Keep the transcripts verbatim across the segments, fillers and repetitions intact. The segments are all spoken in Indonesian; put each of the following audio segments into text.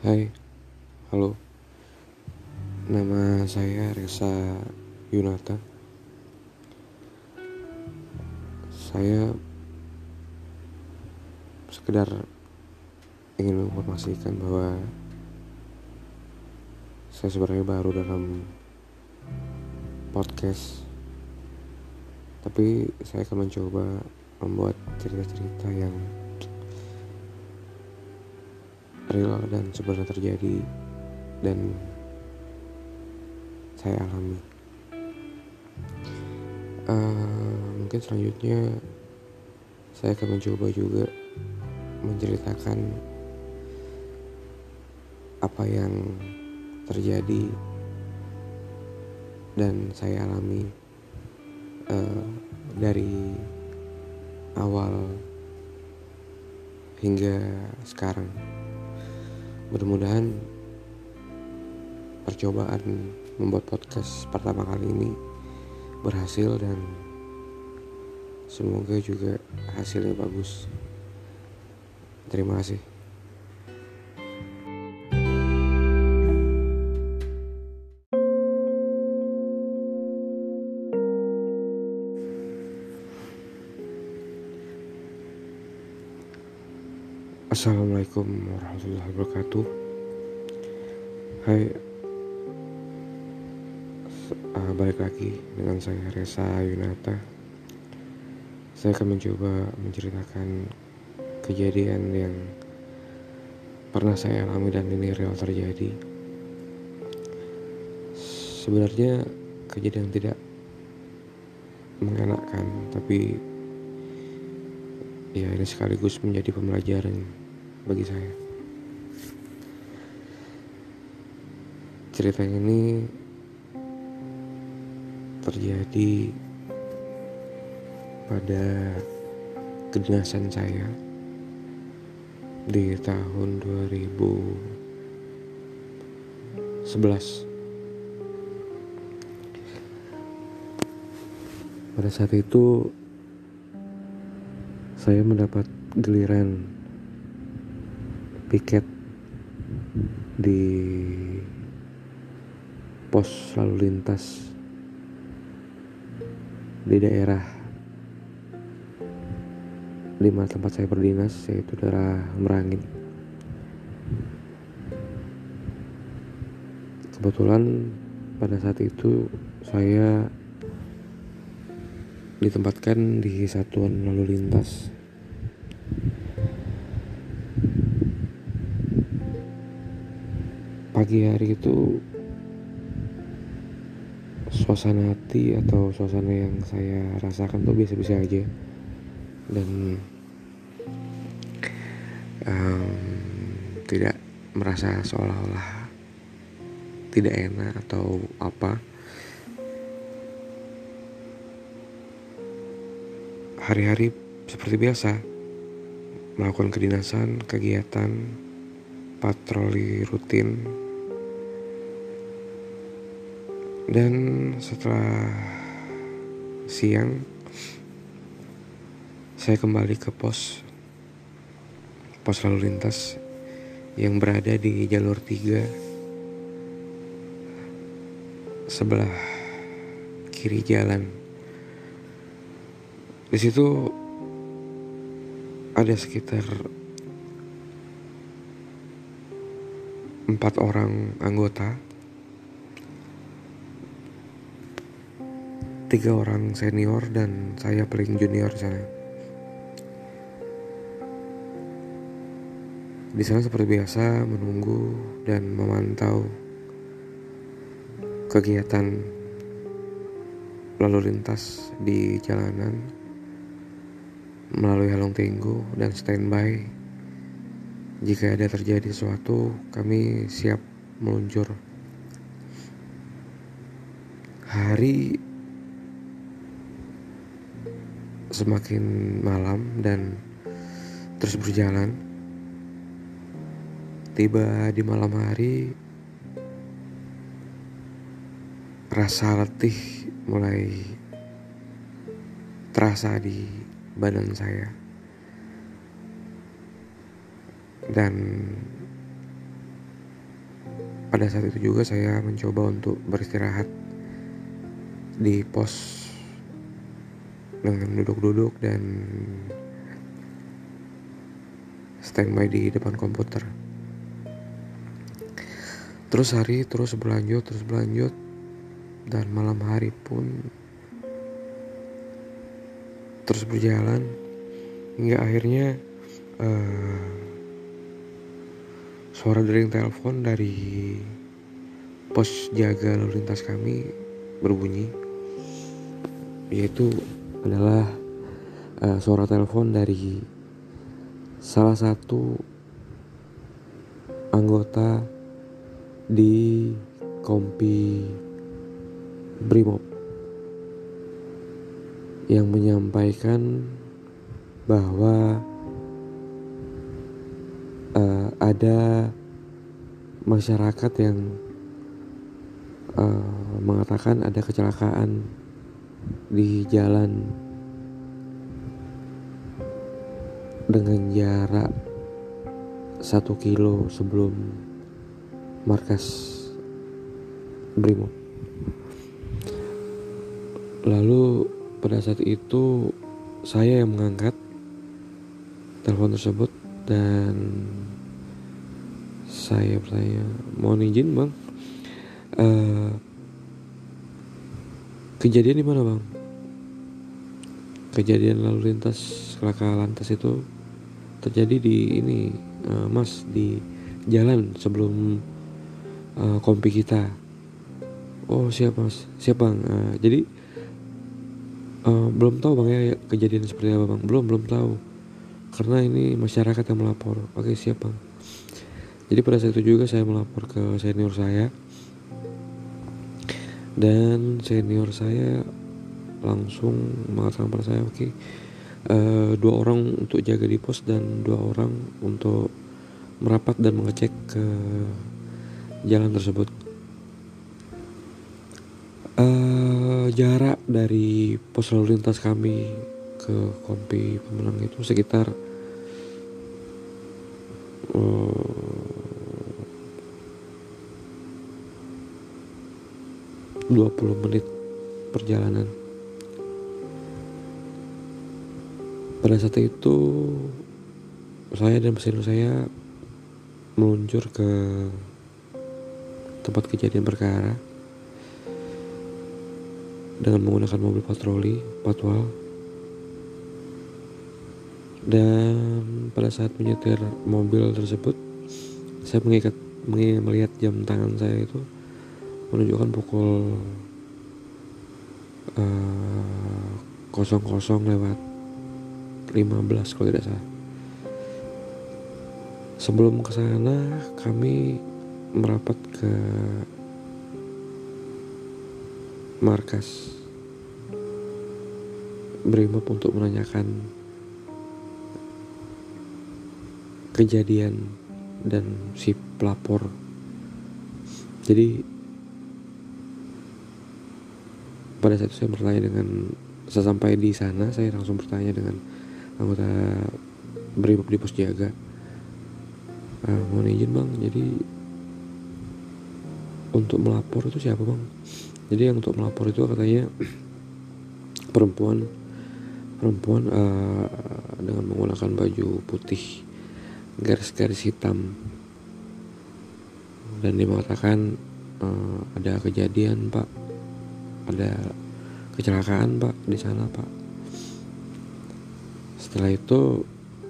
Hai, halo. Nama saya Resa Yunata. Saya sekedar ingin menginformasikan bahwa saya sebenarnya baru dalam podcast, tapi saya akan mencoba membuat cerita-cerita yang real dan sebenarnya terjadi dan saya alami. Uh, mungkin selanjutnya saya akan mencoba juga menceritakan apa yang terjadi dan saya alami uh, dari awal hingga sekarang. Mudah-mudahan percobaan membuat podcast pertama kali ini berhasil dan semoga juga hasilnya bagus. Terima kasih. Assalamualaikum warahmatullahi wabarakatuh. Hai, uh, balik lagi dengan saya Resa Yunata. Saya akan mencoba menceritakan kejadian yang pernah saya alami dan ini real terjadi. Sebenarnya kejadian tidak mengenakan, tapi ya ini sekaligus menjadi pembelajaran bagi saya. Cerita ini terjadi pada kedinasan saya di tahun dua ribu sebelas. Pada saat itu saya mendapat giliran piket di pos lalu lintas di daerah di mana tempat saya berdinas, yaitu daerah Merangin. Kebetulan pada saat itu saya ditempatkan di satuan lalu lintas. Pagi hari itu suasana hati atau suasana yang saya rasakan tuh biasa-biasa aja dan um, tidak merasa seolah-olah tidak enak atau apa. Hari-hari seperti biasa, melakukan kedinasan, kegiatan, patroli rutin. Dan setelah siang saya kembali ke pos pos lalu lintas yang berada di jalur tiga sebelah kiri jalan. Di situ ada sekitar empat orang anggota, tiga orang senior dan saya paling junior di sana. Di sana seperti biasa menunggu dan memantau kegiatan lalu lintas di jalanan melalui Halong Tenggo dan standby. Jika ada terjadi sesuatu, kami siap meluncur. Hari semakin malam dan terus berjalan. Tiba di malam hari, rasa letih mulai terasa di badan saya dan pada saat itu juga saya mencoba untuk beristirahat di pos dengan duduk-duduk dan standby di depan komputer. Terus hari terus berlanjut, terus berlanjut, dan malam hari pun terus berjalan hingga akhirnya uh, suara dering telepon dari pos jaga lalu lintas kami berbunyi, yaitu adalah uh, suara telepon dari salah satu anggota di Kompi Brimob yang menyampaikan bahwa uh, ada masyarakat yang uh, mengatakan ada kecelakaan di jalan dengan jarak satu kilo sebelum markas Brimob. Lalu pada saat itu saya yang mengangkat telepon tersebut dan saya bertanya, mohon izin bang, uh, kejadian di mana bang? Kejadian lalu lintas laka lantas itu terjadi di ini uh, mas, di jalan sebelum uh, kompi kita. Oh siap mas, siap bang. Uh, jadi uh, belum tahu bang ya kejadian seperti apa bang. Belum belum tahu karena ini masyarakat yang melapor. Oke siap bang. Jadi pada saat itu juga saya melapor ke senior saya dan senior saya langsung mengatakan pada saya, oke okay, uh, dua orang untuk jaga di pos dan dua orang untuk merapat dan mengecek ke jalan tersebut. Uh, jarak dari pos lalu lintas kami ke Kompi Pemenang itu sekitar uh, dua puluh menit perjalanan. Pada saat itu saya dan pesan saya meluncur ke tempat kejadian perkara dengan menggunakan mobil patroli patwal, dan pada saat menyetir mobil tersebut saya mengikat melihat jam tangan saya itu menunjukkan pukul uh, kosong kosong lewat lima belas kalau tidak salah. Sebelum ke sana kami merapat ke markas Brimob untuk menanyakan kejadian dan si pelapor. Jadi pada saat itu saya bertanya dengan, sesampai di sana saya langsung bertanya dengan anggota Brimob di pos jaga, ah, mohon izin bang, jadi untuk melapor itu siapa bang? Jadi yang untuk melapor itu katanya perempuan perempuan uh, dengan menggunakan baju putih garis-garis hitam, dan dia mengatakan uh, ada kejadian pak, ada kecelakaan pak di sana pak. Setelah itu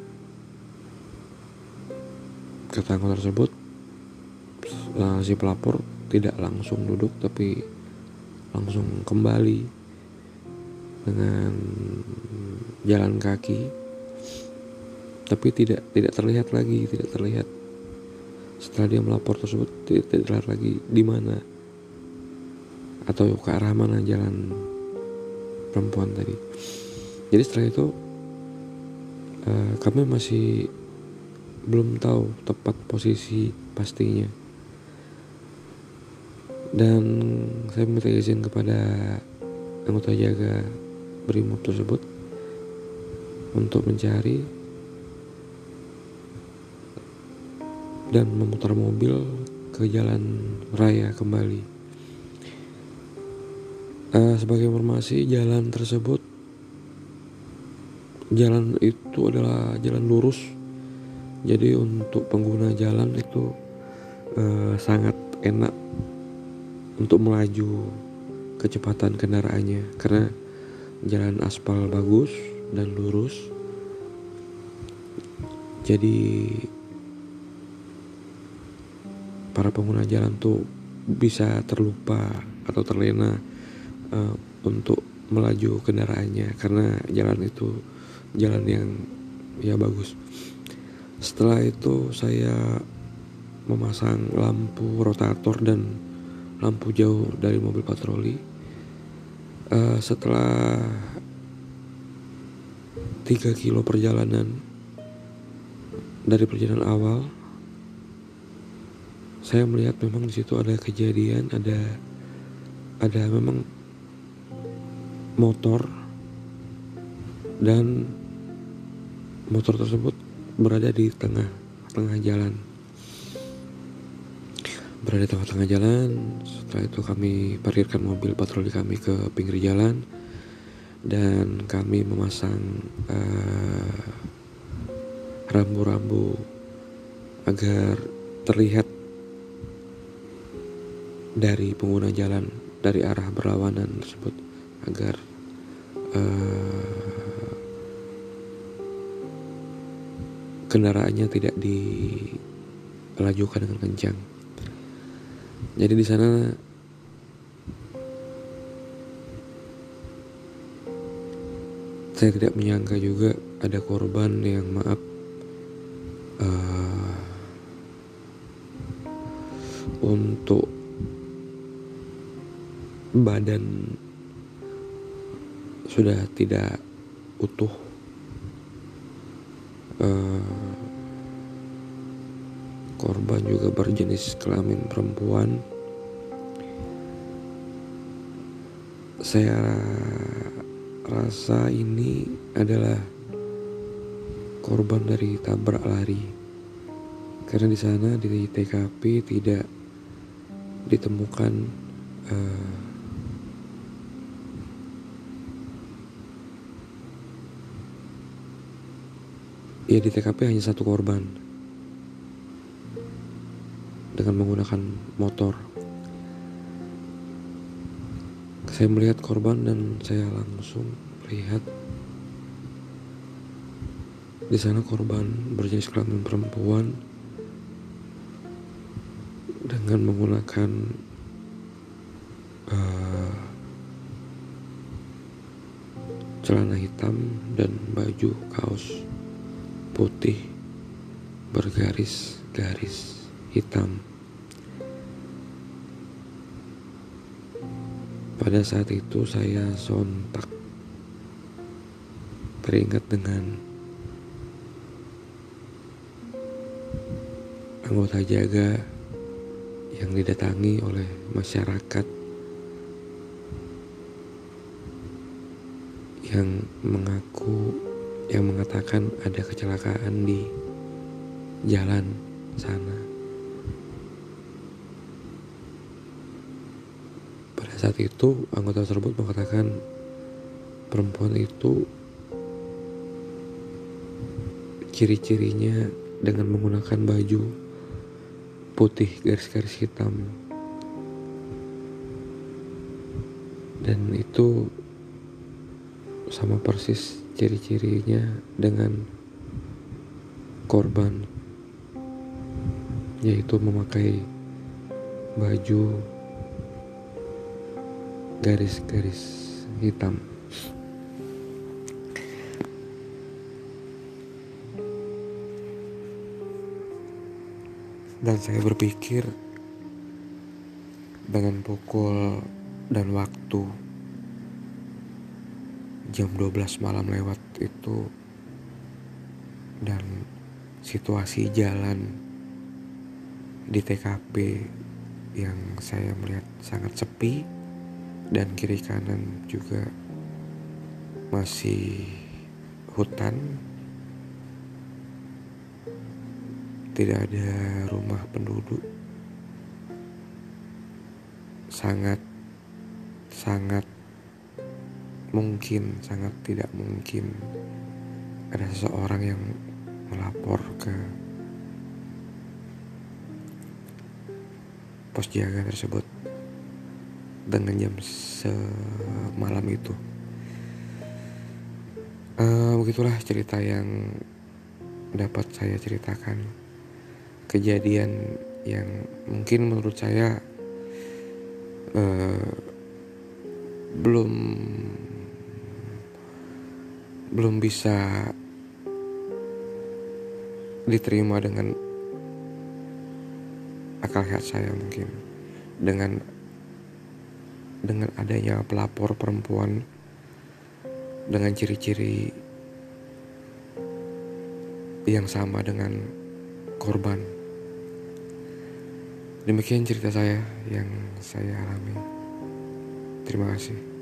kata anggota tersebut, uh, si pelapor tidak langsung duduk tapi langsung kembali dengan jalan kaki, tapi tidak tidak terlihat lagi, tidak terlihat setelah dia melapor tersebut, tidak, tidak terlihat lagi di mana atau ke arah mana jalan perempuan tadi. Jadi setelah itu uh, kami masih belum tahu tepat posisi pastinya, dan saya minta izin kepada anggota jaga Brimob tersebut untuk mencari dan memutar mobil ke ke jalan raya kembali. Uh, sebagai informasi, jalan tersebut, jalan itu adalah jalan lurus. Jadi untuk pengguna jalan itu uh, sangat enak untuk melaju kecepatan kendaraannya karena jalan aspal bagus dan lurus. Jadi para pengguna jalan tuh bisa terlupa atau terlena uh, untuk melaju kendaraannya karena jalan itu jalan yang ya bagus. Setelah itu saya memasang lampu rotator dan lampu jauh dari mobil patroli. Uh, setelah tiga kilo perjalanan dari perjalanan awal, saya melihat memang di situ ada kejadian, ada ada memang motor dan motor tersebut berada di tengah tengah jalan. Berada di tengah-tengah jalan. Setelah itu kami parkirkan mobil patroli kami ke pinggir jalan dan kami memasang uh, rambu-rambu agar terlihat dari pengguna jalan dari arah berlawanan tersebut agar uh, kendaraannya tidak dilajukan dengan kencang. Jadi di sana saya tidak menyangka juga ada korban yang maaf uh, untuk badan sudah tidak utuh, uh, korban juga berjenis kelamin perempuan. Saya rasa ini adalah korban dari tabrak lari, karena di sana di T K P tidak ditemukan uh, ya di T K P hanya satu korban dengan menggunakan motor. Saya melihat korban dan saya langsung lihat di sana korban berjenis kelamin perempuan dengan menggunakan uh, celana hitam dan baju kaos putih bergaris-garis hitam. Pada saat itu saya sontak teringat dengan anggota jaga yang didatangi oleh masyarakat yang mengaku yang mengatakan ada kecelakaan di jalan sana. Pada saat itu anggota tersebut mengatakan perempuan itu ciri-cirinya dengan menggunakan baju putih garis-garis hitam, dan itu sama persis ciri-cirinya dengan korban, yaitu memakai baju garis-garis hitam. Dan saya berpikir dengan pukul dan waktu jam dua belas malam lewat itu dan situasi jalan di T K P yang saya melihat sangat sepi dan kiri kanan juga masih hutan, tidak ada rumah penduduk, sangat sangat mungkin, sangat tidak mungkin ada seseorang yang melapor ke pos jaga tersebut dengan jam semalam itu. Uh, begitulah cerita yang dapat saya ceritakan. Kejadian yang mungkin menurut saya uh, belum belum bisa diterima dengan akal sehat saya, mungkin dengan dengan adanya pelapor perempuan dengan ciri-ciri yang sama dengan korban. Demikian cerita saya yang saya alami. Terima kasih.